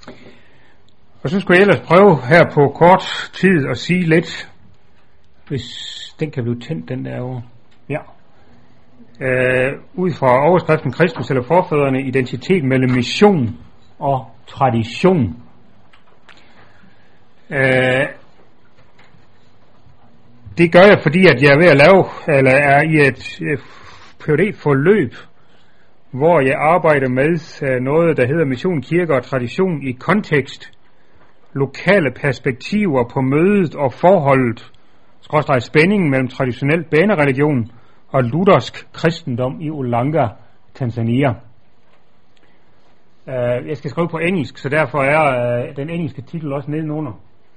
Og så skulle jeg ellers prøve her på kort tid at sige lidt, hvis den kan blive tændt, den derovre. Ja. Ud fra overskriften Kristus eller forfædrene, identitet mellem mission og tradition. Det gør jeg, fordi at jeg er ved at lave, eller er i et PhD-forløb, hvor jeg arbejder med noget, der hedder mission, kirke og tradition i kontekst, lokale perspektiver på mødet og forholdet, spændingen mellem traditionel banereligion og luthersk kristendom i Ulanga, Tanzania. Jeg skal skrive på engelsk, så derfor er den engelske titel også nedenunder.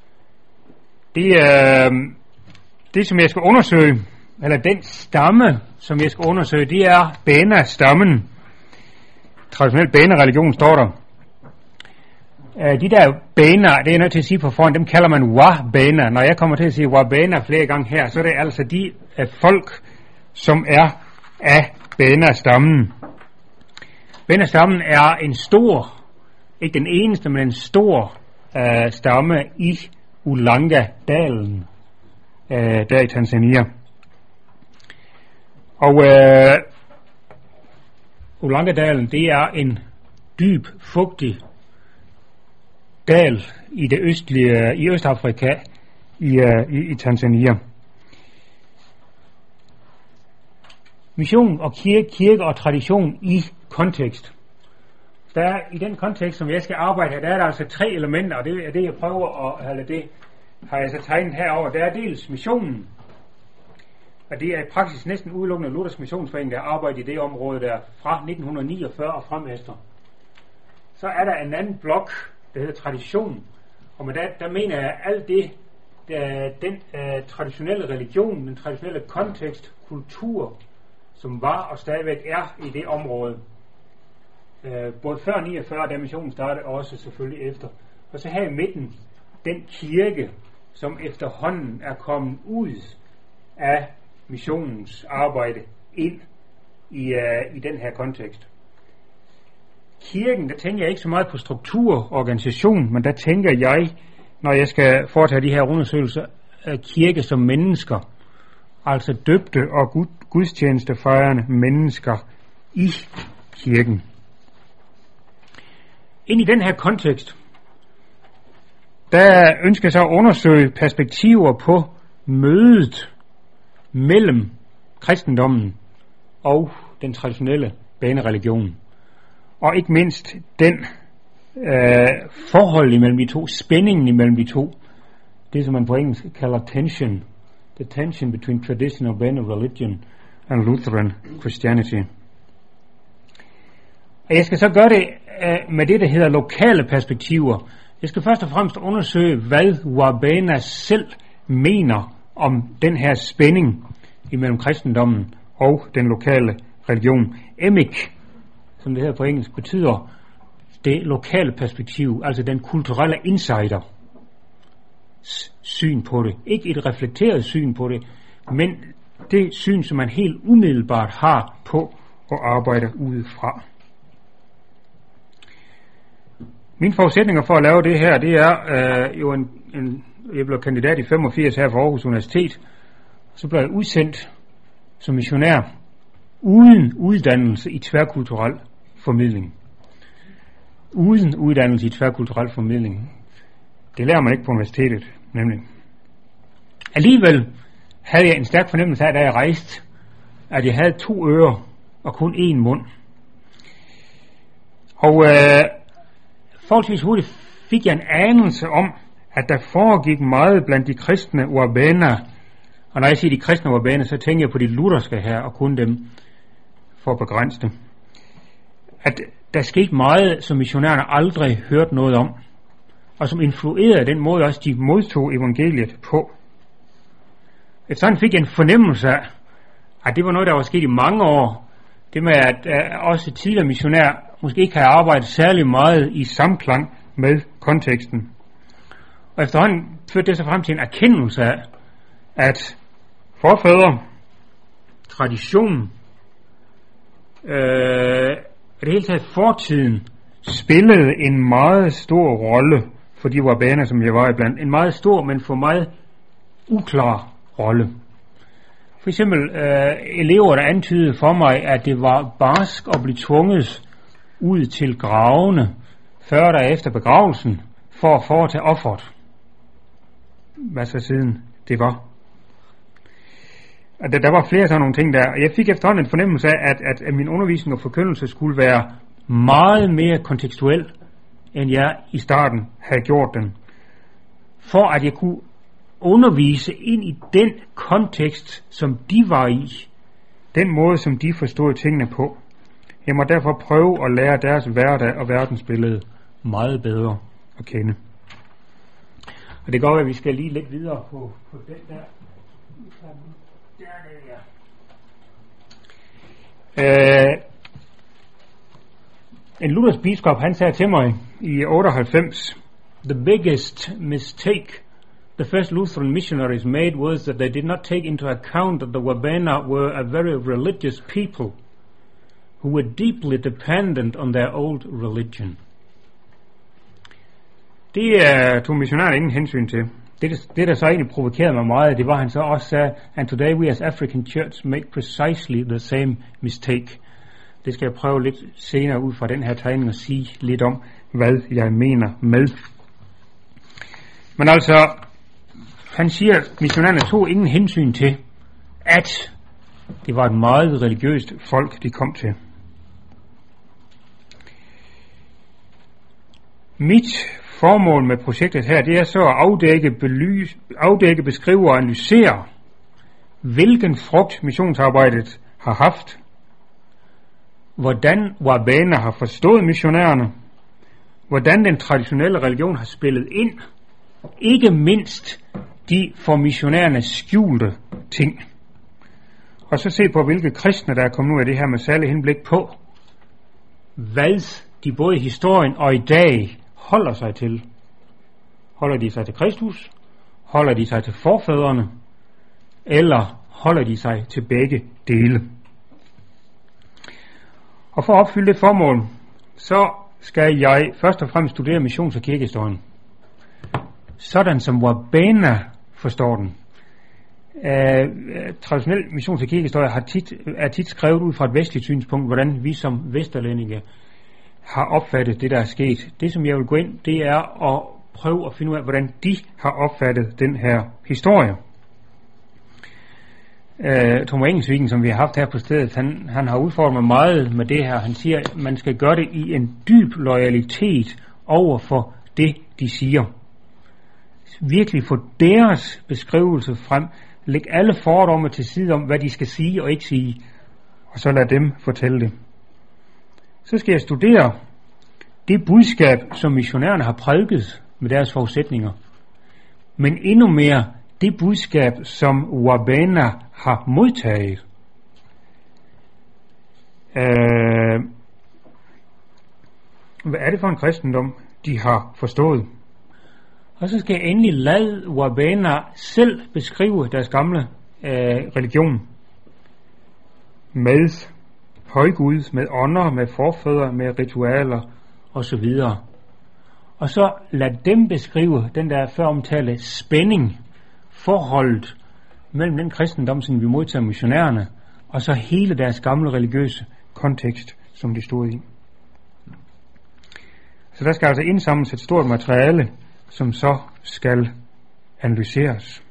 Det som jeg skal undersøge, eller den stamme, som jeg skal undersøge, det er Bena-stammen. Traditionel Bena-religion står der. De der Bena, det er jeg nødt til at sige på forhånd, dem kalder man Wa-Bena. Når jeg kommer til at sige Wa-Bena flere gange her, så er det altså de folk, som er af Bena-stammen. Bena-stammen er en stor, ikke den eneste, men en stor stamme i Ulanga-dalen, der i Tanzania. Og Ulanga-dalen, det er en dyb, fugtig dal i det østlige, i Østafrika, i Tanzania. Mission og kirke og tradition i kontekst. Der er i den kontekst, som jeg skal arbejde her, der er der altså 3 elementer, og det er det, jeg prøver at, eller det har jeg så tegnet herover. Der er dels missionen, og det er i praksis næsten udelukkende Luthers Missionsforening, der arbejder i det område der fra 1949 og frem efter. Så er der en anden blok, der hedder tradition, og med der mener jeg alt det, den traditionelle religion, den traditionelle kontekst, kultur, som var og stadigvæk er i det område. Både før 49, da missionen startede, og også selvfølgelig efter. Og så her i midten, den kirke, som efterhånden er kommet ud af missionens arbejde ind i den her kontekst. Kirken, der tænker jeg ikke så meget på struktur og organisation, men der tænker jeg, når jeg skal foretage de her undersøgelser, kirke som mennesker, altså døbte og gudstjenestefejrende mennesker i kirken. Ind i den her kontekst, der ønsker jeg så at undersøge perspektiver på mødet mellem kristendommen og den traditionelle banereligion. Og ikke mindst den forhold imellem de to, spændingen imellem de to, det som man på engelsk kalder tension, the tension between traditional Bena religion and Lutheran Christianity. Og jeg skal så gøre det med det, der hedder lokale perspektiver. Jeg skal først og fremmest undersøge, hvad Wa-Bena selv mener om den her spænding imellem kristendommen og den lokale religion. Emik, som det hedder på engelsk, betyder det lokale perspektiv, altså den kulturelle insider syn på det. Ikke et reflekteret syn på det, men det syn, som man helt umiddelbart har på at arbejde udefra. Mine forudsætninger for at lave det her, det er jo jeg blev kandidat i 85 her fra Aarhus Universitet. Så blev jeg udsendt som missionær uden uddannelse i tværkulturel formidling. Uden uddannelse i tværkulturel formidling. Det lærer man ikke på universitetet, nemlig. Alligevel havde jeg en stærk fornemmelse af, da jeg rejste, at jeg havde 2 ører og kun 1 mund. Og forholdsvis hurtigt fik jeg en anelse om, at der foregik meget blandt de kristne Wa-Bena. Og når jeg siger de kristne Wa-Bena, så tænker jeg på de lutherske her, og kun dem for at begrænse det. At der skete meget, som missionærerne aldrig hørte noget om, og som influerede den måde også, de modtog evangeliet på. Et sådan fik jeg en fornemmelse af, at det var noget, der var sket i mange år. Det med, at også tidligere missionærer måske ikke havde arbejdet særlig meget i samklang med konteksten. Og efterhånden førte det sig frem til en erkendelse af, at forfædre, tradition, det hele taget fortiden, spillede en meget stor rolle for de Wabaner, som jeg var iblandt. En meget stor, men for meget uklar rolle. For eksempel elever, der antydede for mig, at det var barsk at blive tvunget ud til gravene 40 dage efter begravelsen for at foretage offeret. Hvad så siden det var. Og der var flere sådan nogle ting der. Jeg fik efterhånden en fornemmelse af, at min undervisning og forkyndelse skulle være meget mere kontekstuel, end jeg i starten havde gjort den. For at jeg kunne undervise ind i den kontekst, som de var i. Den måde, som de forstod tingene på. Jeg må derfor prøve at lære deres hverdag og verdensbillede meget bedre at kende. Og det går, at vi skal lige lidt videre på den der. Der er det, ja. En luthersk biskop, han sagde til mig i 98, the biggest mistake the first Lutheran missionaries made was that they did not take into account that the Wabaner were a very religious people who were deeply dependent on their old religion. Det tog missionærerne ingen hensyn til. Det der så egentlig provokerede mig meget, det var, han så også sagde, and today we as African Church make precisely the same mistake. Det skal jeg prøve lidt senere ud fra den her tegning at sige lidt om, hvad jeg mener med. Men altså, han siger, at missionærerne tog ingen hensyn til, at det var et meget religiøst folk, de kom til. Mit formål med projektet her, det er så at afdække, beskrive og analysere, hvilken frugt missionsarbejdet har haft, hvordan Wabaner har forstået missionærerne, hvordan den traditionelle religion har spillet ind, ikke mindst de for missionærerne skjulte ting. Og så se på, hvilke kristne, der er kommet ud af det her med særlig henblik på, hvad de både i historien og i dag holder sig til. Holder de sig til Kristus? Holder de sig til forfædrene? Eller holder de sig til begge dele? Og for at opfylde det formål, så skal jeg først og fremmest studere missions- og kirkehistorien. Sådan som Wabaner forstår den. Traditionel missions- og kirkehistorie er tit skrevet ud fra et vestligt synspunkt, hvordan vi som vesterlændinge har opfattet det, der er sket. Det, som jeg vil gå ind, det er at prøve at finde ud af, hvordan de har opfattet den her historie. Thomas Engelsviken, som vi har haft her på stedet, han har udfordret mig meget med det her. Han siger, at man skal gøre det i en dyb loyalitet over for det, de siger. Virkelig få deres beskrivelse frem. Læg alle fordomme til side om, hvad de skal sige og ikke sige. Og så lad dem fortælle det. Så skal jeg studere det budskab, som missionærerne har prædiket med deres forudsætninger. Men endnu mere det budskab, som Wabaner har modtaget. Hvad er det for en kristendom, de har forstået? Og så skal jeg endelig lade Wabaner selv beskrive deres gamle religion. Med højgud, med ånder, med forfædre, med ritualer osv. Og så lad dem beskrive den der før omtalte spænding, forholdet mellem den kristendom, som vi modtager missionærerne, og så hele deres gamle religiøse kontekst, som de stod i. Så der skal altså indsamles et stort materiale, som så skal analyseres.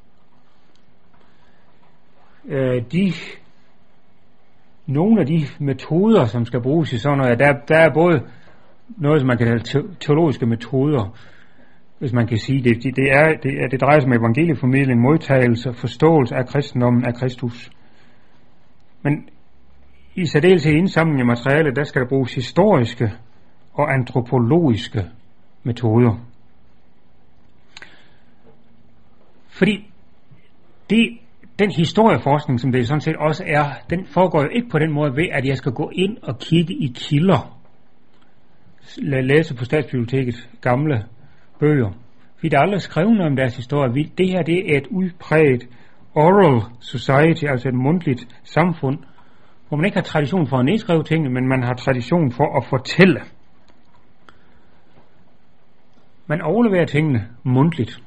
Nogle af de metoder, som skal bruges i sådan noget, der er både noget, som man kan kalde teologiske metoder, hvis man kan sige det. Det drejer sig om evangelieformidling, modtagelse, forståelse af kristendommen, af Kristus. Men i særdeleshed i indsamling af materiale, der skal der bruges historiske og antropologiske metoder. Fordi den historieforskning, som det sådan set også er, den foregår jo ikke på den måde ved, at jeg skal gå ind og kigge i kilder. Læse på Statsbiblioteket gamle bøger. Vi er aldrig skrevet om deres historie. Det her, det er et udpræget oral society, altså et mundtligt samfund, hvor man ikke har tradition for at nedskrive tingene, men man har tradition for at fortælle. Man overleverer tingene mundtligt.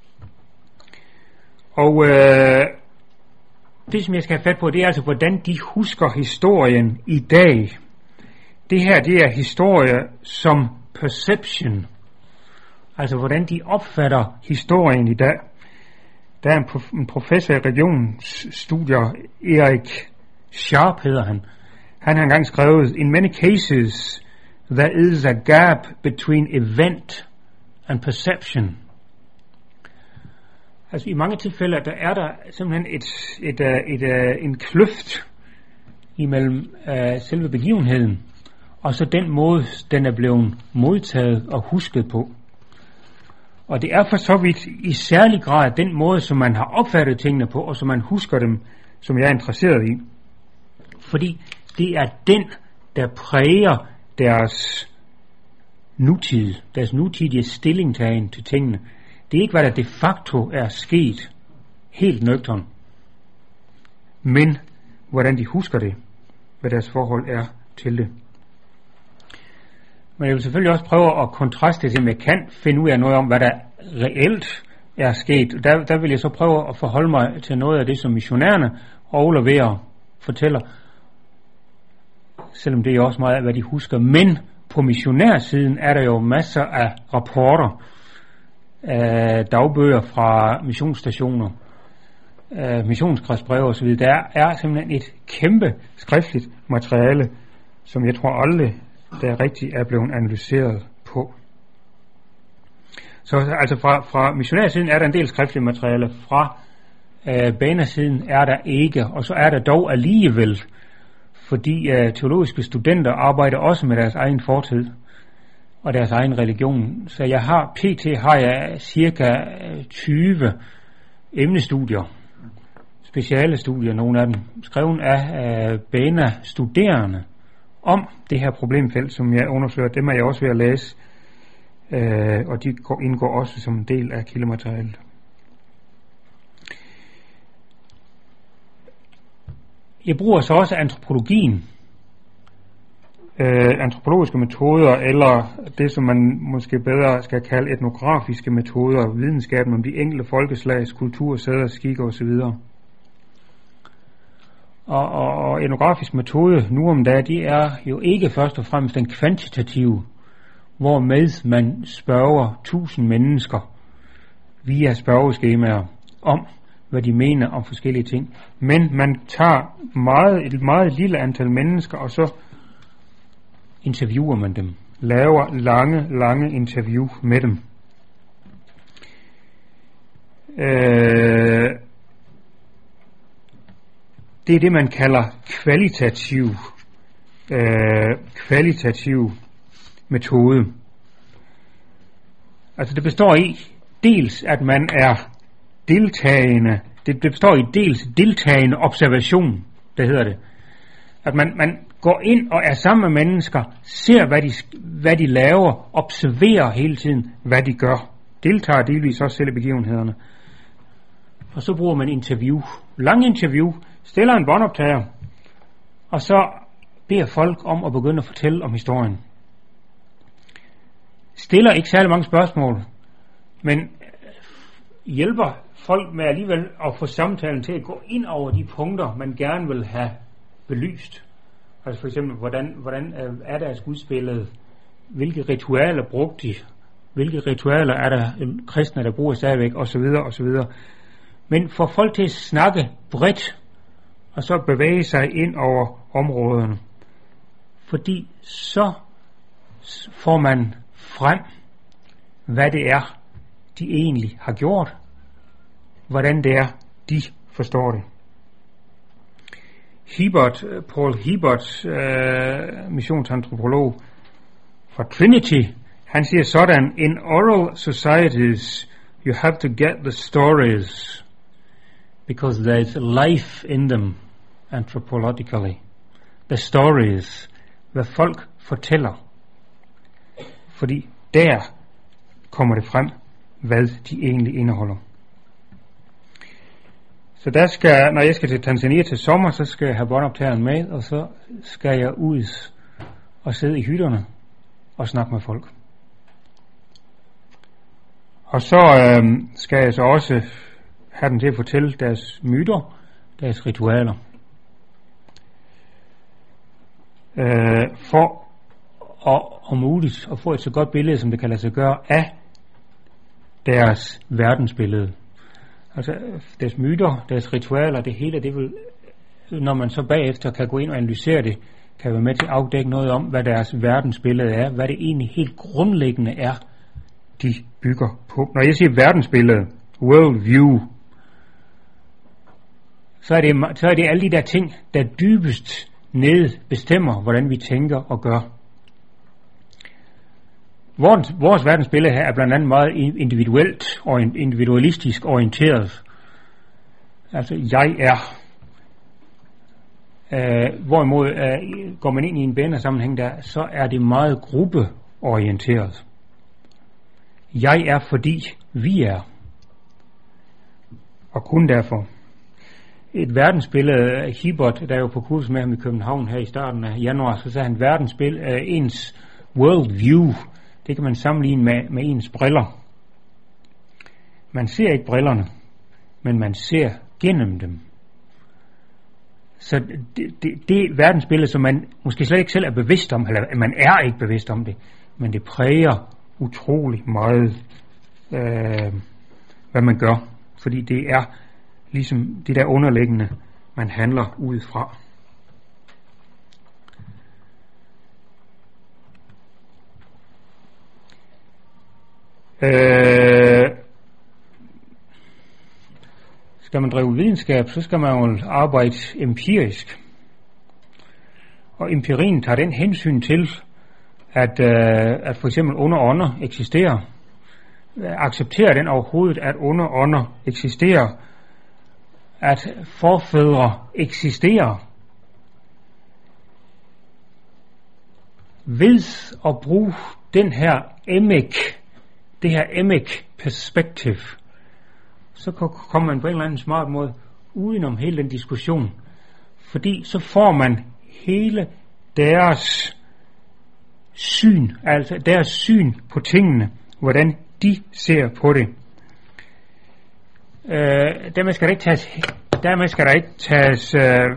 Og det, som jeg skal have fat på, det er altså, hvordan de husker historien i dag. Det her, det er historie som perception. Altså, hvordan de opfatter historien i dag. Der er en professor i religionsstudier, Erik Sharp hedder han. Han har engang skrevet, in many cases, there is a gap between event and perception. Altså i mange tilfælde, der er der simpelthen en kløft imellem selve begivenheden, og så den måde, den er blevet modtaget og husket på. Og det er for så vidt i særlig grad den måde, som man har opfattet tingene på, og som man husker dem, som jeg er interesseret i. Fordi det er den, der præger deres nutid, deres nutidige stillingtagen til tingene. Det er ikke, hvad der de facto er sket, helt nøgtern, men hvordan de husker det, hvad deres forhold er til det. Men jeg vil selvfølgelig også prøve at kontraste det, om jeg kan finde ud af noget om, hvad der reelt er sket. Der vil jeg så prøve at forholde mig til noget af det, som missionærerne overleverer, fortæller, selvom det er også meget af, hvad de husker. Men på missionærsiden er der jo masser af rapporter, dagbøger fra missionsstationer, missionskredsbreve osv. Der er simpelthen et kæmpe skriftligt materiale, som jeg tror aldrig, der rigtig er blevet analyseret på. Så altså fra missionærsiden er der en del skriftligt materiale, fra banersiden er der ikke, og så er der dog alligevel, fordi teologiske studenter arbejder også med deres egen fortid og deres egen religion. Så jeg har cirka 20 emnestudier, speciale studier, nogle af dem, skrevet af BANA-studerende om det her problemfelt, som jeg undersøger. Dem er jeg også ved at læse, og de indgår også som en del af kildematerialet. Jeg bruger så også antropologien, antropologiske metoder, eller det, som man måske bedre skal kalde etnografiske metoder, videnskaben om de enkelte folkeslags kultur, sæder, skikker osv. Og etnografisk metode nu om dagen, det er jo ikke først og fremmest den kvantitative, hvormed man spørger 1000 mennesker via spørgeskemaer om, hvad de mener om forskellige ting. Men man tager et meget lille antal mennesker, og så interviewer man dem. Laver lange interview med dem. Det er det, man kalder kvalitativ metode. Altså det består i dels, at man er deltagende. Det består i dels deltagende observation, det hedder det. At man går ind og er sammen med mennesker, ser hvad de laver, observerer hele tiden, hvad de gør. Deltager delvis også selv i begivenhederne. Og så bruger man interview. Lang interview, stiller en båndoptager, og så beder folk om at begynde at fortælle om historien. Stiller ikke særlig mange spørgsmål, men hjælper folk med alligevel at få samtalen til at gå ind over de punkter, man gerne vil have belyst. Altså for eksempel, hvordan er deres gudsbillede? Hvilke ritualer brugte de? Hvilke ritualer er der kristne, der bruger stadigvæk? Og så videre, og så videre. Men får folk til at snakke bredt, og så bevæge sig ind over områderne. Fordi så får man frem, hvad det er, de egentlig har gjort. Hvordan det er, de forstår det. Paul Hiebert, missionsantropolog fra Trinity, han siger sådan: in oral societies you have to get the stories because there is life in them anthropologically. The stories, hvad folk fortæller. Fordi der kommer det frem, hvad de egentlig indeholder. Så når jeg skal til Tanzania til sommer, så skal jeg have båndoptageren med, og så skal jeg ud og sidde i hytterne og snakke med folk. Og så skal jeg så også have dem til at fortælle deres myter, deres ritualer. For om muligt at få et så godt billede, som det kan lade sig gøre, af deres verdensbillede. Altså deres myter, deres ritualer, det hele, det vil, når man så bagefter kan gå ind og analysere det, kan være med til at afdække noget om, hvad deres verdensbillede er, hvad det egentlig helt grundlæggende er, de bygger på. Når jeg siger verdensbillede, worldview, så er det alle de der ting, der dybest nede bestemmer, hvordan vi tænker og gør. Vores verdensbillede her er blandt andet meget individuelt og individualistisk orienteret. Altså, jeg er. Hvorimod går man ind i en bannersammenhæng der, så er det meget gruppeorienteret. Jeg er, fordi vi er. Og kun derfor. Et verdensbillede, Hibbert, der er jo på kurs med ham i København her i starten af januar, så sagde han verdensbillede, ens worldview, det kan man sammenligne med ens briller. Man ser ikke brillerne, men man ser gennem dem. Så det verdensbillede, som man måske slet ikke selv er bevidst om, eller man er ikke bevidst om det, men det præger utrolig meget, hvad man gør. Fordi det er ligesom det der underliggende, man handler ud fra. Skal man drive videnskab, så skal man jo arbejde empirisk. Og empirien tager den hensyn til, at for eksempel underånder eksisterer. Accepterer den overhovedet, at underånder eksisterer? At forfædre eksisterer? Ved at bruge den her det her emek-perspektiv, så kommer man på en eller anden smart måde udenom hele den diskussion. Fordi så får man hele deres syn, altså deres syn på tingene, hvordan de ser på det. Dermed skal der ikke tages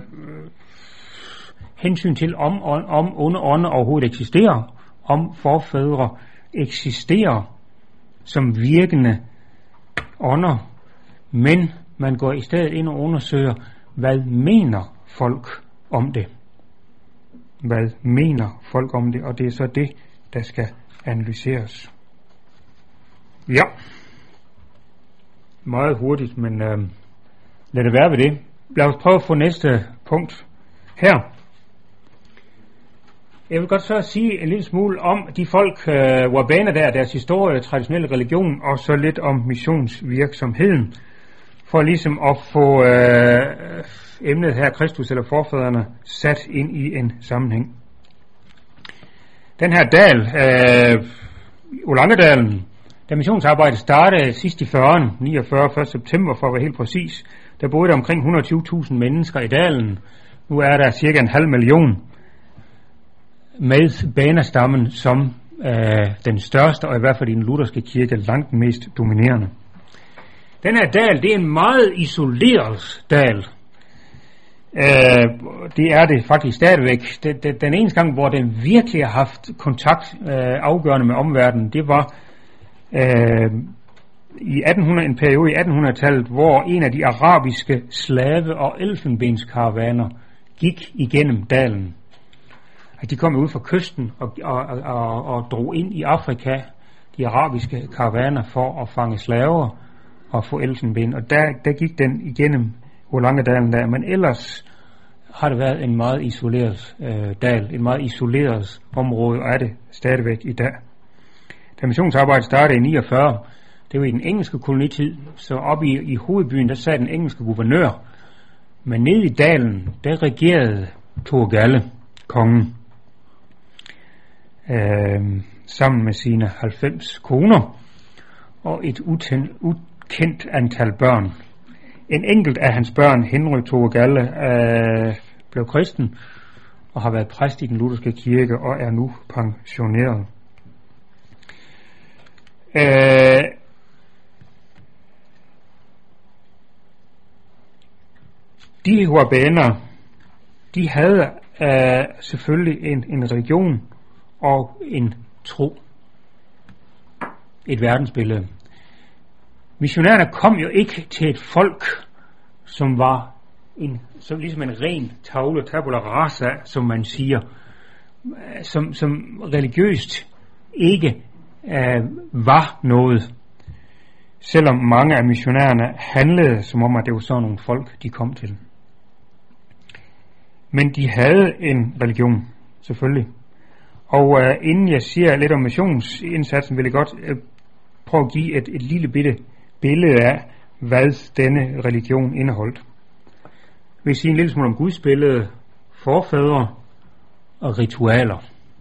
hensyn til, om underånder overhovedet eksisterer, om forfædre eksisterer som virkende ånder, men man går i stedet ind og undersøger, hvad mener folk om det? Hvad mener folk om det? Og det er så det, der skal analyseres. Ja. Meget hurtigt, men lad det være ved det. Lad os prøve at få næste punkt her. Jeg vil godt så sige en lille smule om de folk, Wabana der, deres historie, traditionelle religion, og så lidt om missionsvirksomheden, for ligesom at få emnet her, Kristus eller forfædrene, sat ind i en sammenhæng. Den her dal, Olangedalen, da missionsarbejdet startede sidst i 40'erne, 49. 1. september for at være helt præcis, der boede der omkring 120.000 mennesker i dalen. Nu er der cirka 500.000 med banerstammen som den største, og i hvert fald i den lutherske kirke langt mest dominerende. Den her dal, det er en meget isoleret dal. Det er det faktisk stadigvæk. Den eneste gang, hvor den virkelig har haft kontakt afgørende med omverdenen, det var en periode i 1800-tallet, hvor en af de arabiske slave- og elfenbenskaravaner gik igennem dalen. De kom ud fra kysten og drog ind i Afrika, de arabiske karavaner, for at fange slaver og få elfenben. Og der gik den igennem Olangedalen der, men ellers har det været en meget isoleret dal, et meget isoleret område, og er det stadigvæk i dag. Da missionsarbejdet startede i 49, det var i den engelske kolonitid, så oppe i hovedbyen, der sad den engelske guvernør, men nede i dalen, der regerede Turgalle, kongen, sammen med sine 90 koner og et ukendt antal børn. En enkelt af hans børn, Henry Turgalle, blev kristen og har været præst i den lutherske kirke og er nu pensioneret. de Huabener, de havde selvfølgelig en religion og en tro. Et verdensbillede. Missionærerne kom jo ikke til et folk, som var som ligesom en ren tavle, tabula rasa, som man siger, som religiøst ikke var noget. Selvom mange af missionærerne handlede som om, at det var sådan nogle folk, de kom til. Men de havde en religion, selvfølgelig. Og inden jeg siger lidt om missionsindsatsen, vil jeg godt prøve at give et lille bitte billede af, hvad denne religion indeholdt. Jeg vil sige en lille smule om Guds billede, forfædre og ritualer.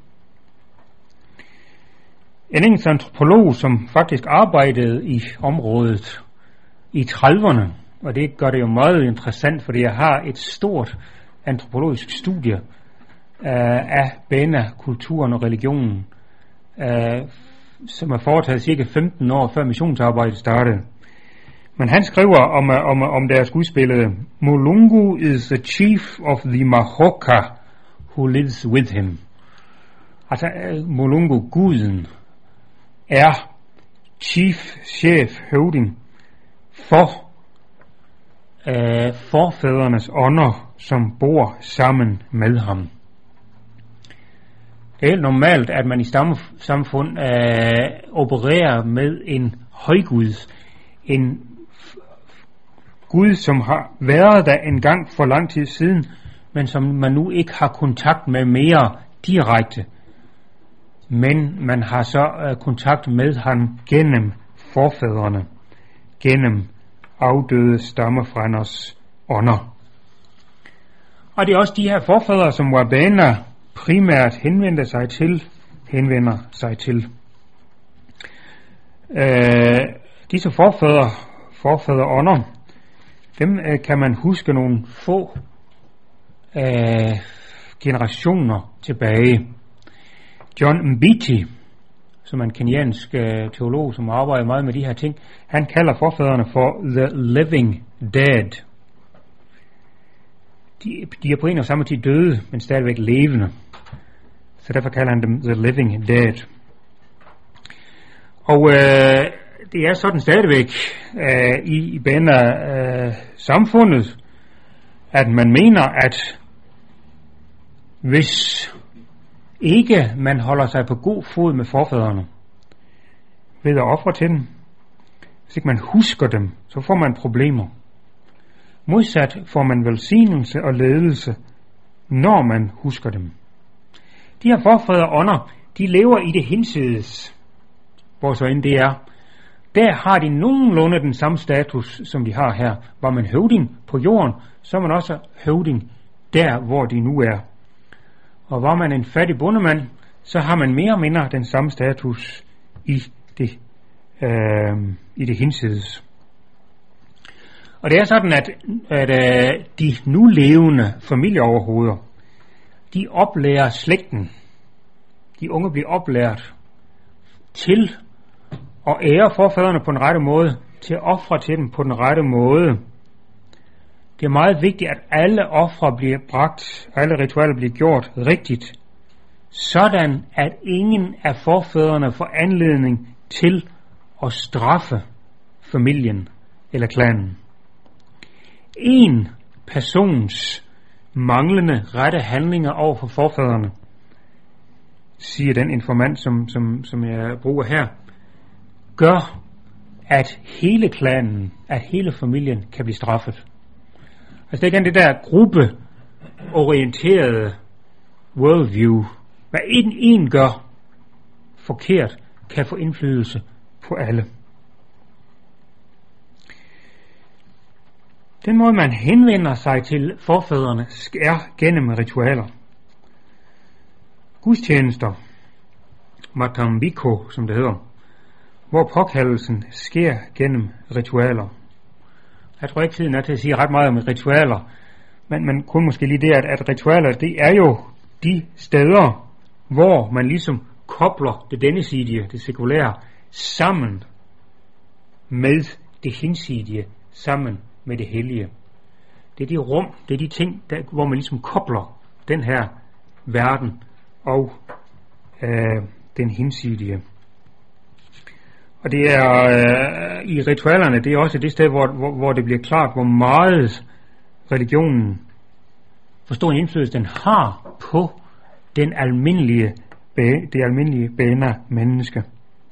En engelsk antropolog, som faktisk arbejdede i området i 30'erne, og det gør det jo meget interessant, fordi jeg har et stort antropologisk studie af Bena-kulturen og religionen, som er foretaget cirka 15 år før missionsarbejdet startede. Men han skriver om deres gudsbillede: Mulungu is the chief of the Mahoka who lives with him. Altså Mulungu, guden, er chef, høvding for forfædrenes ånder, som bor sammen med ham. Det er helt normalt, at man i stammesamfund opererer med en højgud, en Gud, som har været der en gang for lang tid siden, men som man nu ikke har kontakt med mere direkte. Men man har så kontakt med ham gennem forfædrene, gennem afdøde stammefrænders ånder. Og det er også de her forfædre, som Wabena primært henvender sig til. Disse forfædre ånder, dem kan man huske nogle få generationer tilbage. John Mbiti, som er en kenyansk teolog, som arbejder meget med de her ting, han kalder forfædrene for the living dead. De er på en og samme tid døde, men stadigvæk levende. Så derfor kalder han dem the living dead. Og det er sådan stadigvæk i Bena-samfundet, at man mener, at hvis ikke man holder sig på god fod med forfædrene ved at ofre til dem, hvis ikke man husker dem, så får man problemer. Modsat får man velsignelse og ledelse, når man husker dem. De her forfædre ånder, de lever i det hinsides, hvor så end det er. Der har de nogenlunde den samme status, som de har her. Var man høvding på jorden, så er man også høvding der, hvor de nu er. Og var man en fattig bondemand, så har man mere og mindre den samme status i det hinsides. Og det er sådan, at de nu levende familieoverhoveder, de oplærer slægten. De unge bliver oplært til at ære forfædrene på den rette måde, til at ofre til dem på den rette måde. Det er meget vigtigt, at alle ofre bliver bragt, alle ritualer bliver gjort rigtigt, sådan at ingen af forfædrene får anledning til at straffe familien eller klanen. En persons manglende rette handlinger over for forfædrene, siger den informant, som jeg bruger her, gør, at hele klanen, at hele familien kan blive straffet. Altså det er igen det der gruppeorienterede worldview. Hvad en gør forkert, kan få indflydelse på alle. Den måde man henvender sig til forfædrene er gennem ritualer. Gudstjenester, matambiko som det hedder, hvor påkaldelsen sker gennem ritualer. Jeg tror ikke tiden er til at sige ret meget om ritualer, men kun måske lige det, at ritualer, det er jo de steder, hvor man ligesom kobler det dennesidige, det sekulære, sammen med det hinsidige, sammen med det hellige. Det er de rum, det er de ting, hvor man ligesom kobler den her verden og den hinsidige. Og det er i ritualerne, det er også det sted, hvor det bliver klart, hvor meget religionen, hvor stor en indflydelse den har på det almindelige bæner menneske.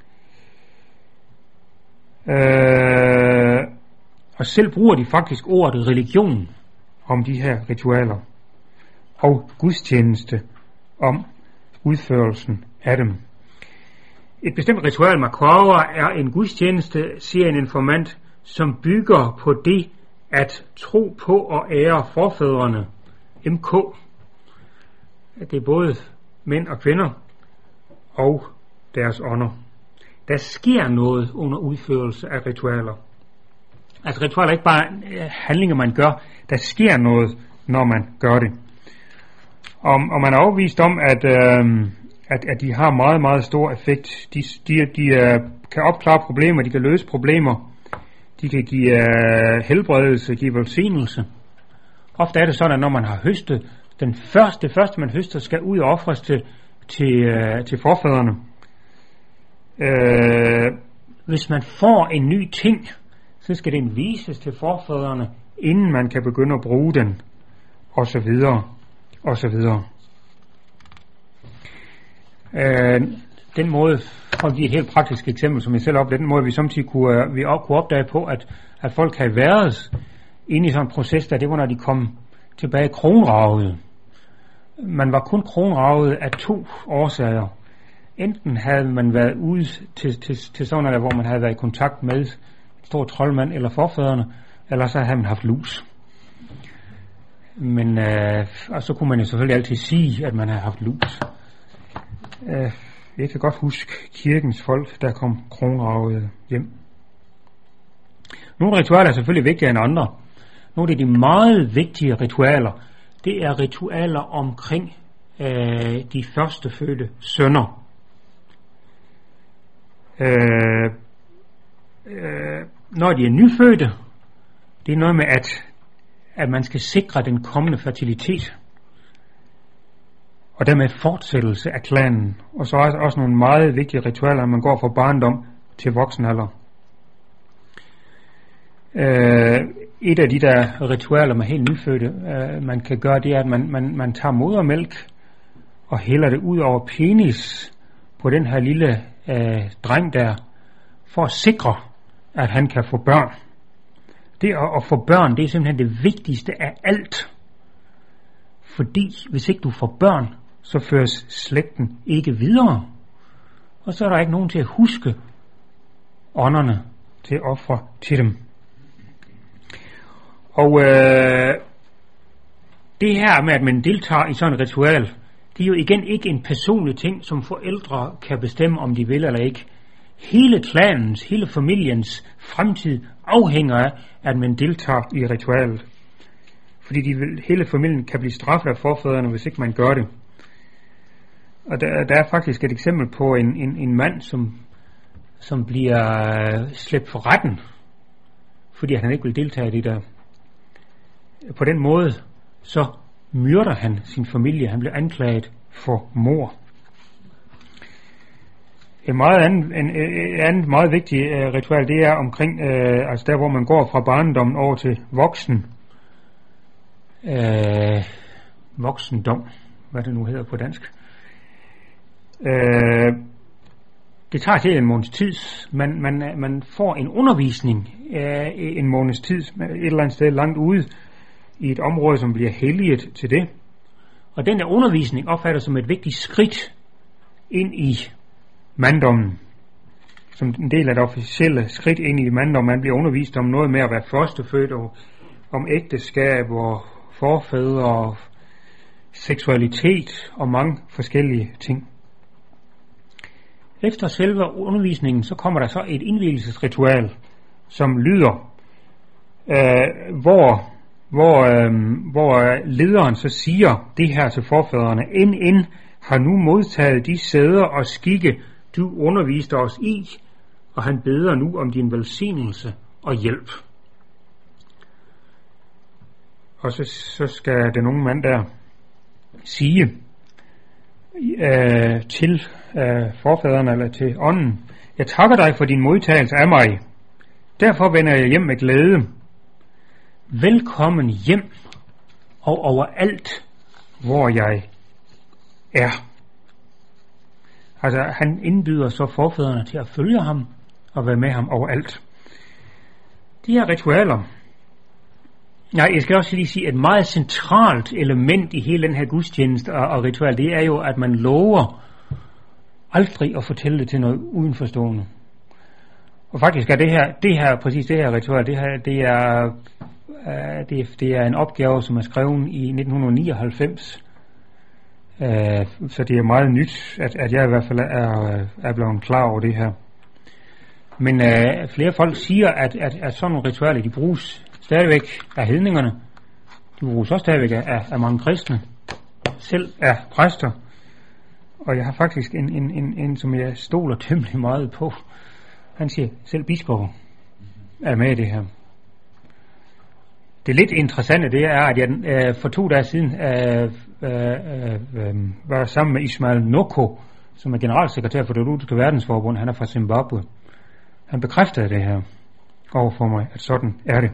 Og selv bruger de faktisk ordet religion om de her ritualer, og gudstjeneste om udførelsen af dem. Et bestemt ritual macabre er en gudstjeneste, siger en informant, som bygger på det at tro på og ære forfædrene, MK. Det er både mænd og kvinder og deres ånder. Der sker noget under udførelse af ritualer. Altså ritualer er ikke bare handlinger, man gør. Der sker noget, når man gør det. Og man er overbevist om, at de har meget, meget stor effekt. De kan opklare problemer, de kan løse problemer. De kan give helbredelse, give velsignelse. Ofte er det sådan, at når man har høstet, det første man høster, skal ud og ofres til forfædrene. Hvis man får en ny ting, så skal den vises til forfædrene, inden man kan begynde at bruge den, og så videre, og så videre. Den måde, for at give et helt praktisk eksempel, som jeg selv oplevede, den måde vi samtidig kunne opdage på, at folk havde været inde i sådan en proces, der det var, når de kom tilbage kronraget. Man var kun kronraget af 2 årsager. Enten havde man været ude til sådan der, hvor man havde været i kontakt med en stor troldmand eller forfædrene, eller så havde man haft lus. Men og så kunne man jo selvfølgelig altid sige, at man havde haft lus. Jeg kan godt huske kirkens folk, der kom kronraget hjem. Nogle ritualer er selvfølgelig vigtigere end andre. Nogle af de meget vigtige ritualer, det er ritualer omkring de førstefødte sønner. Når de er nyfødte, det er noget med, at man skal sikre den kommende fertilitet, og dermed fortsættelse af klanen. Og så er også nogle meget vigtige ritualer, at man går fra barndom til voksenalder. Et af de der ritualer med helt nyfødte, man kan gøre, det er, at man tager modermælk og hælder det ud over penis på den her lille dreng der, for at sikre, at han kan få børn. Det at få børn, det er simpelthen det vigtigste af alt. Fordi hvis ikke du får børn, så føres slægten ikke videre. Og så er der ikke nogen til at huske ånderne til at ofre til dem. Og det her med, at man deltager i sådan et ritual, det er jo igen ikke en personlig ting, som forældre kan bestemme, om de vil eller ikke. Hele klanens, hele familiens fremtid afhænger af, at man deltager i ritualet. Fordi hele familien kan blive straffet af forfædrene, hvis ikke man gør det. Og der er faktisk et eksempel på en mand, som bliver slæbt for retten, fordi han ikke vil deltage i det der. På den måde, så myrder han sin familie. Han bliver anklaget for mord. Et andet meget vigtigt ritual, det er omkring, altså der hvor man går fra barndommen over til voksendom, hvad det nu hedder på dansk. Det tager til en måneds tid. Man får en undervisning en måneds tid et eller andet sted langt ude i et område, som bliver helliget til det. Og den der undervisning opfattes som et vigtigt skridt ind i manddommen. Som en del af det officielle skridt ind i manddommen. Man bliver undervist om noget med at være førstefødt, og om ægteskab og forfædre og seksualitet og mange forskellige ting. Efter selve undervisningen, så kommer der så et indvielsesritual, som lyder, hvor lederen så siger det her til forfædrene: end har nu modtaget de sæder og skikke, du underviste os i, og han beder nu om din velsignelse og hjælp. og så skal den unge mand der sige til forfædrene eller til ånden: jeg takker dig for din modtagelse af mig. Derfor vender jeg hjem med glæde. Velkommen hjem og overalt, hvor jeg er. Altså han indbyder så forfædrene til at følge ham og være med ham overalt. De her ritualer, jeg skal også lige sige, et meget centralt element i hele den her gudstjeneste og ritual, det er jo, at man lover aldrig at fortælle det til noget udenforstående. Og faktisk er præcis det her ritual, det er en opgave, som er skrevet i 1999. Så det er meget nyt, at jeg i hvert fald er blevet klar over det her. Men flere folk siger, at sådan nogle ritualer, de bruges stadigvæk af hedningerne. De bruges også stadigvæk af mange kristne. Selv af præster. Og jeg har faktisk en som jeg stoler temmelig meget på. Han siger, selv biskopper er med i det her. Det lidt interessante det er, at jeg for 2 dage siden var sammen med Ismail Noko, som er generalsekretær for det lutherske verdensforbund. Han er fra Zimbabwe. Han bekræftede det her over for mig, at sådan er det.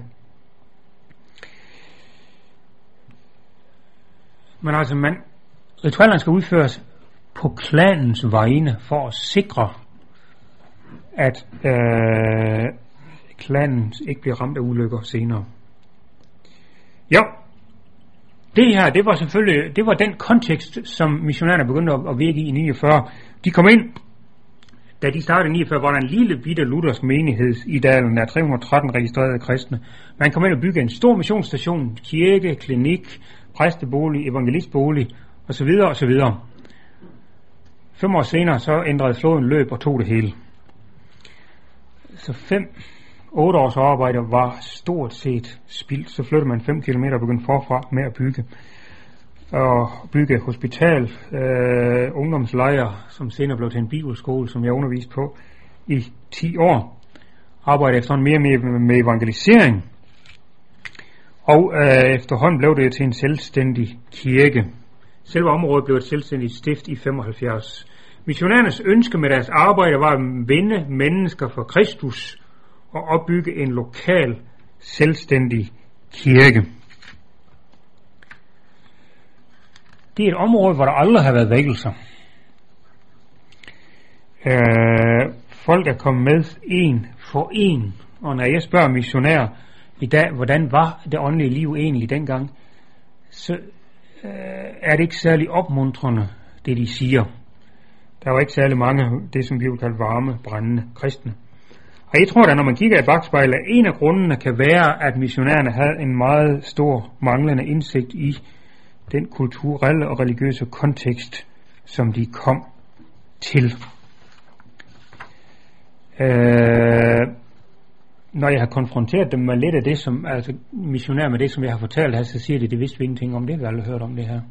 Men altså, ritualerne skal udføres på klanens vegne for at sikre, at klanen ikke bliver ramt af ulykker senere. Jo, det her, det var den kontekst, som missionærerne begyndte at virke i 49. De kom ind, da de startede i 49, var der en lille bitte luthersk menighed i dalen, der er 313 registrerede kristne. Man kom ind og byggede en stor missionsstation, kirke, klinik, præstebolig, evangelistbolig, osv. osv. 5 år senere, så ændrede floden løb og tog det hele. Så 5-8 års arbejde var stort set spildt. Så flyttede man 5 kilometer og begyndte forfra med at bygge. Og bygge hospital, ungdomslejre, som senere blev til en bibelskole, som jeg underviste på i 10 år. Arbejdede efterhånden mere med evangelisering. Og efterhånden blev det til en selvstændig kirke. Selve området blev et selvstændigt stift i 75. Missionærernes ønske med deres arbejde var at vinde mennesker for Kristus og opbygge en lokal, selvstændig kirke. Det er et område, hvor der aldrig har været vækkelser. Folk er kommet med en for en. Og når jeg spørger missionærer i dag, hvordan var det åndelige liv egentlig dengang, så er det ikke særlig opmuntrende, det de siger. Der var ikke særlig mange, det som vi vil kalde varme, brændende kristne. Og jeg tror da, når man kigger i bagspejlet, at en af grundene kan være, at missionærerne havde en meget stor manglende indsigt i den kulturelle og religiøse kontekst, som de kom til. Når jeg har konfronteret dem med lidt af det, som altså missionær med det, som jeg har fortalt her, så siger de, det vidste vi ingenting om det, vi har aldrig hørt om det her.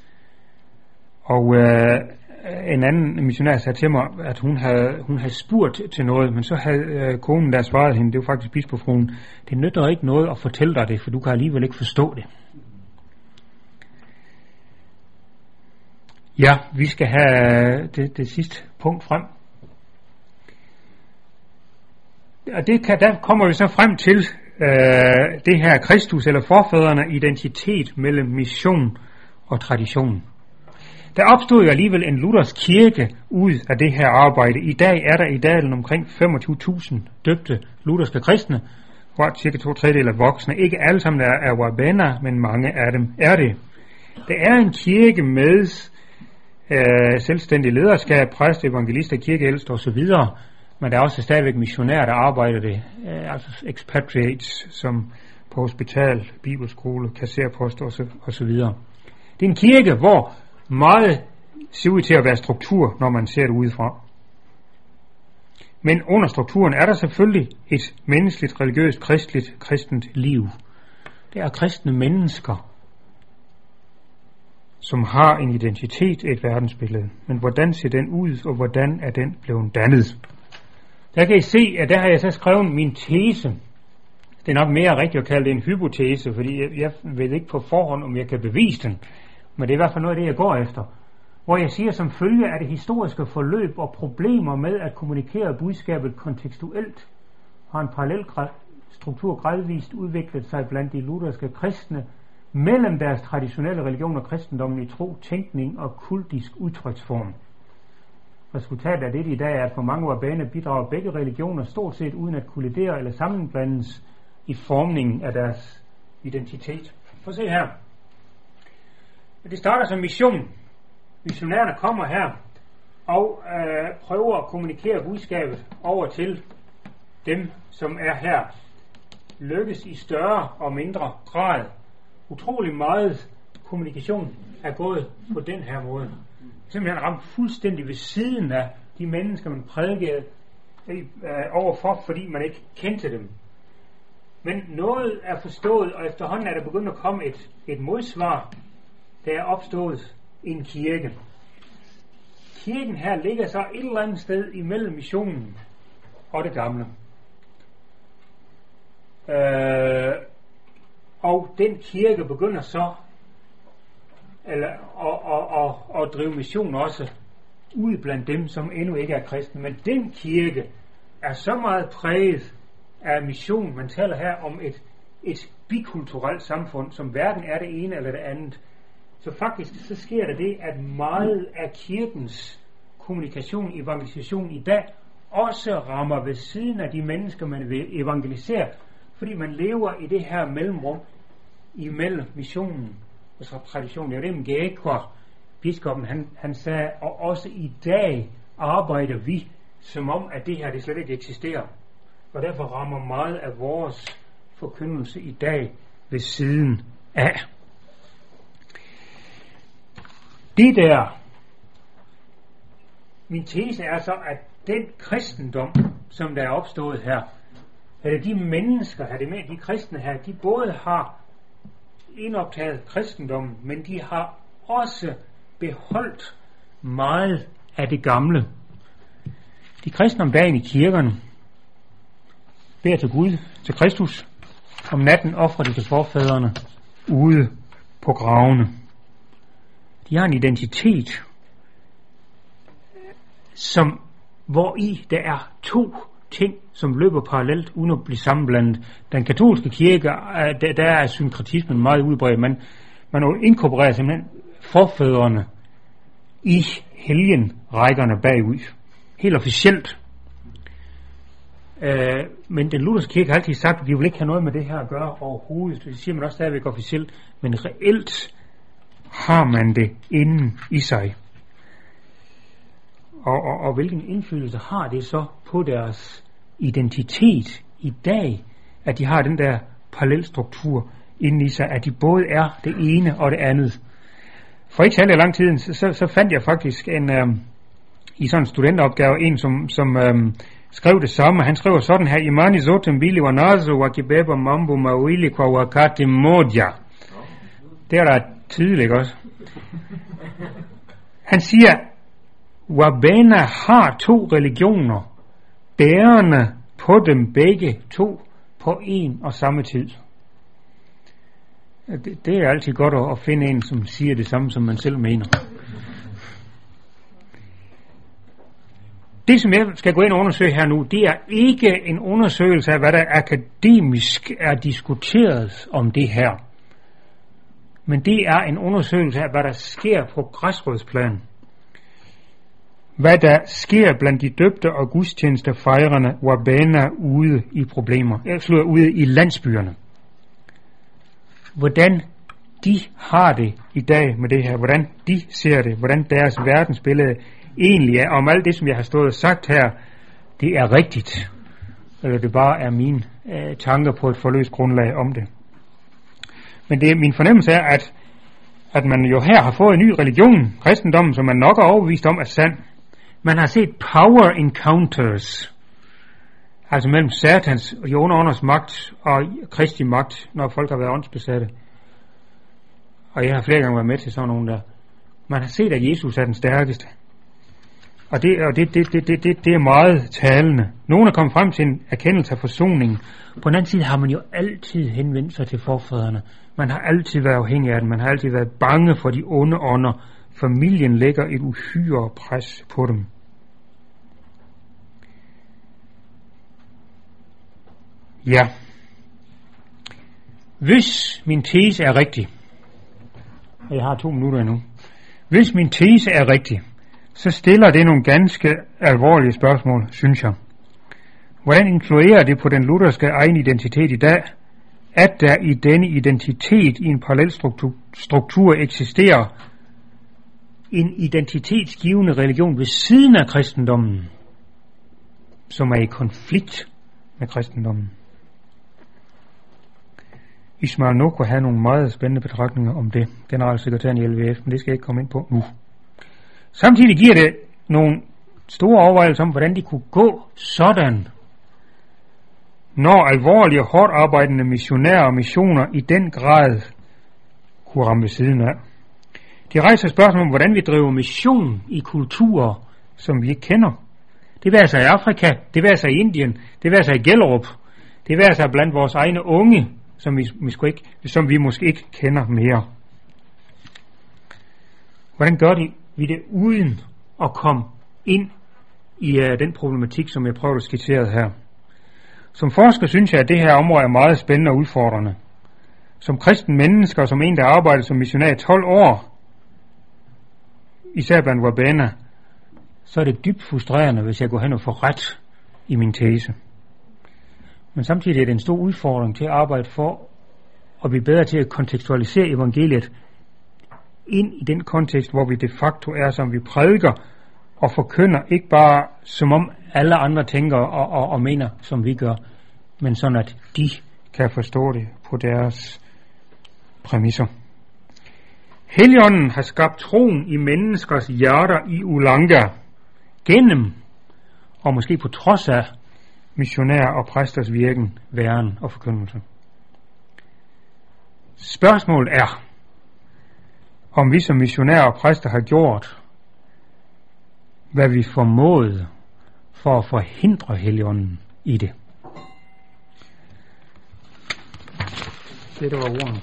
Og en anden missionær sagde til mig, at hun havde spurgt til noget, men så havde konen der svaret hende, det var faktisk bispefruen, det nytter ikke noget at fortælle dig det, for du kan alligevel ikke forstå det. Ja, vi skal have det sidste punkt frem. Og der kommer vi så frem til det her Kristus eller forfædrene identitet mellem mission og tradition. Der opstod jo alligevel en luthersk kirke ud af det her arbejde. I dag er der i dalen omkring 25.000 døbte lutherske kristne, hvor cirka 2/3 af voksne. Ikke alle sammen er wabena, men mange af dem er det. Der er en kirke med selvstændig lederskab, præst, evangelister, kirkeældste osv., men der er også stadigvæk missionærer, der arbejder det, altså expatriates, som på hospital, bibelskole, kasserpost osv. Det er en kirke, hvor meget ser ud til at være struktur, når man ser det udefra. Men under strukturen er der selvfølgelig et menneskeligt, religiøst, kristent liv. Det er kristne mennesker, som har en identitet, et verdensbillede. Men hvordan ser den ud, og hvordan er den blevet dannet? Der kan I se, at der har jeg så skrevet min tese, Det er nok mere rigtigt at kalde det en hypotese, fordi jeg ved ikke på forhånd, om jeg kan bevise den. Men det er i hvert fald noget af det, jeg går efter. Hvor jeg siger, som følge af det historiske forløb og problemer med at kommunikere budskabet kontekstuelt, har en parallel struktur gradvist udviklet sig blandt de lutherske kristne mellem deres traditionelle religion og kristendommen i tro, tænkning og kultisk udtryksform. Resultatet af det i dag er, at for mange urbane bidrager begge religioner stort set uden at kollidere eller sammenblandes i formningen af deres identitet. Prøv at se her. Det starter som mission. Missionærerne kommer her og prøver at kommunikere budskabet over til dem, som er her. Lykkes i større og mindre grad. Utrolig meget kommunikation er gået på den her måde. Simpelthen ramt fuldstændig ved siden af de mennesker, man prædikede overfor, fordi man ikke kendte dem. Men noget er forstået, og efterhånden er der begyndt at komme et modsvar, der er opstået i en kirke. Kirken her ligger så et eller andet sted imellem missionen og det gamle. Og den kirke begynder så at drive mission også ud blandt dem, som endnu ikke er kristne. Men den kirke er så meget præget af mission. Man taler her om et bikulturelt samfund, som hverken er det ene eller det andet. Så faktisk så sker der det, at meget af kirkens kommunikation, evangelisation i dag, også rammer ved siden af de mennesker, man vil evangelisere, fordi man lever i det her mellemrum imellem missionen og så traditionen. Det er det, Gregor, biskoppen, han sagde, og også i dag arbejder vi som om, at det her det slet ikke eksisterer. Og derfor rammer meget af vores forkyndelse i dag ved siden af. Det der, min tese er så, at den kristendom, som der er opstået her, eller de mennesker her, de kristne her, de både har indoptaget kristendommen, men de har også beholdt meget af det gamle. De kristne om dagen i kirkerne beder til Gud, til Kristus. Om natten ofrer de til forfædrene ude på gravene. De har en identitet, hvor i der er to ting, som løber parallelt, uden at blive sammenblandet. Den katolske kirke, der er synkretismen meget udbredt. Man inkorporerer simpelthen forfædrene i helgenrækkerne bagud. Helt officielt. Men den lutherske kirke har altid sagt, at vi vil ikke have noget med det her at gøre overhovedet. Det siger man også stadigvæk officielt. Men reelt har man det inden i sig. Og hvilken indflydelse har det så på deres identitet i dag, at de har den der parallelstruktur inden i sig, at de både er det ene og det andet. For ikke særlig lang tid så fandt jeg faktisk i sådan en studenteropgave en, som skrev det samme. Han skrev sådan her: Imani zotem bili wanazo wakibeba mambo mawili kwa wakati moja. Det er der tydeligt også. Han siger, Wabena har to religioner, bærende på dem begge to på en og samme tid. Det er altid godt at finde en, som siger det samme, som man selv mener. Det, som jeg skal gå ind og undersøge her nu, det er ikke en undersøgelse af, hvad der akademisk er diskuteret om det her. Men det er en undersøgelse af, hvad der sker på græsrodsplan. Hvad der sker blandt de døbte og gudstjenestefejrende wabana ude i problemer. Ude i landsbyerne. Hvordan de har det i dag med det her. Hvordan de ser det. Hvordan deres verdensbillede egentlig er. Om alt det, som jeg har stået og sagt her, det er rigtigt. Eller det bare er mine tanker på et forløst grundlag om det. Men det, min fornemmelse er, at man jo her har fået en ny religion, kristendommen, som man nok er overbevist om er sand. Man har set power encounters, altså mellem Satans og underånders magt og Kristi magt, når folk har været åndsbesatte. Og jeg har flere gange været med til sådan nogle der. Man har set, at Jesus er den stærkeste. Og det er meget talende. Nogle er kommet frem til en erkendelse af forsoningen. På den anden side har man jo altid henvendt sig til forfædrene. Man har altid været afhængig af dem. Man har altid været bange for de onde ånder. Familien lægger et uhyre pres på dem. Ja. Hvis min tese er rigtig, og jeg har 2 minutter endnu. Hvis min tese er rigtig, så stiller det nogle ganske alvorlige spørgsmål, synes jeg. Hvordan influerer det på den lutherske egen identitet i dag, at der i denne identitet i en parallel struktur eksisterer en identitetsgivende religion ved siden af kristendommen, som er i konflikt med kristendommen? Ismail Noko havde nogle meget spændende betragtninger om det, generalsekretæren i LVF, men det skal jeg ikke komme ind på nu. Samtidig giver det nogle store overvejelser om, hvordan de kunne gå sådan, når alvorlige, hårdt arbejdende missionærer og missioner i den grad kunne ramme ved siden af. De rejser spørgsmål om, hvordan vi driver mission i kulturer, som vi ikke kender. Det vil altså i Afrika, det vil altså i Indien, det vil altså i Gellerup, det vil altså blandt vores egne unge, som vi måske ikke kender mere. Hvordan gør vi det uden at komme ind i den problematik, som jeg prøver at skitsere her? Som forsker synes jeg, at det her område er meget spændende og udfordrende. Som kristen mennesker, som en, der arbejder som missionær i 12 år, især blandt Wabena, så er det dybt frustrerende, hvis jeg går hen og får ret i min tese. Men samtidig er det en stor udfordring til at arbejde for at blive bedre til at kontekstualisere evangeliet ind i den kontekst, hvor vi de facto er, som vi prædiker og forkynder, ikke bare som om alle andre tænker og mener, som vi gør, men sådan at de kan forstå det på deres præmisser. Helligånden har skabt troen i menneskers hjerter i Ulanga gennem, og måske på trods af, missionærer og præsters virken, væren og forkyndelse. Spørgsmålet er, om vi som missionærer og præster har gjort, hvad vi formåede for at forhindre Helligånden i det. Det var ordene.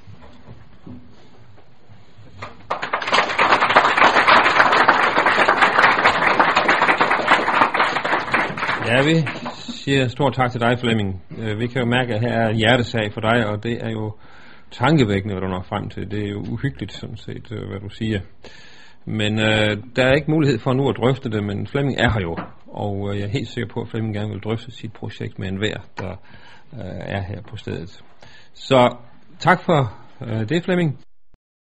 Ja, vi siger stor tak til dig, Flemming. Vi kan jo mærke, at her er hjertesag for dig, og det er jo tankevækkende, hvad du når frem til. Det er jo uhyggeligt, sådan set, hvad du siger. Men der er ikke mulighed for nu at drøfte det, men Flemming er her jo, og jeg er helt sikker på, at Flemming gerne vil drøfte sit projekt med enhver, der er her på stedet. Så tak for det, Flemming.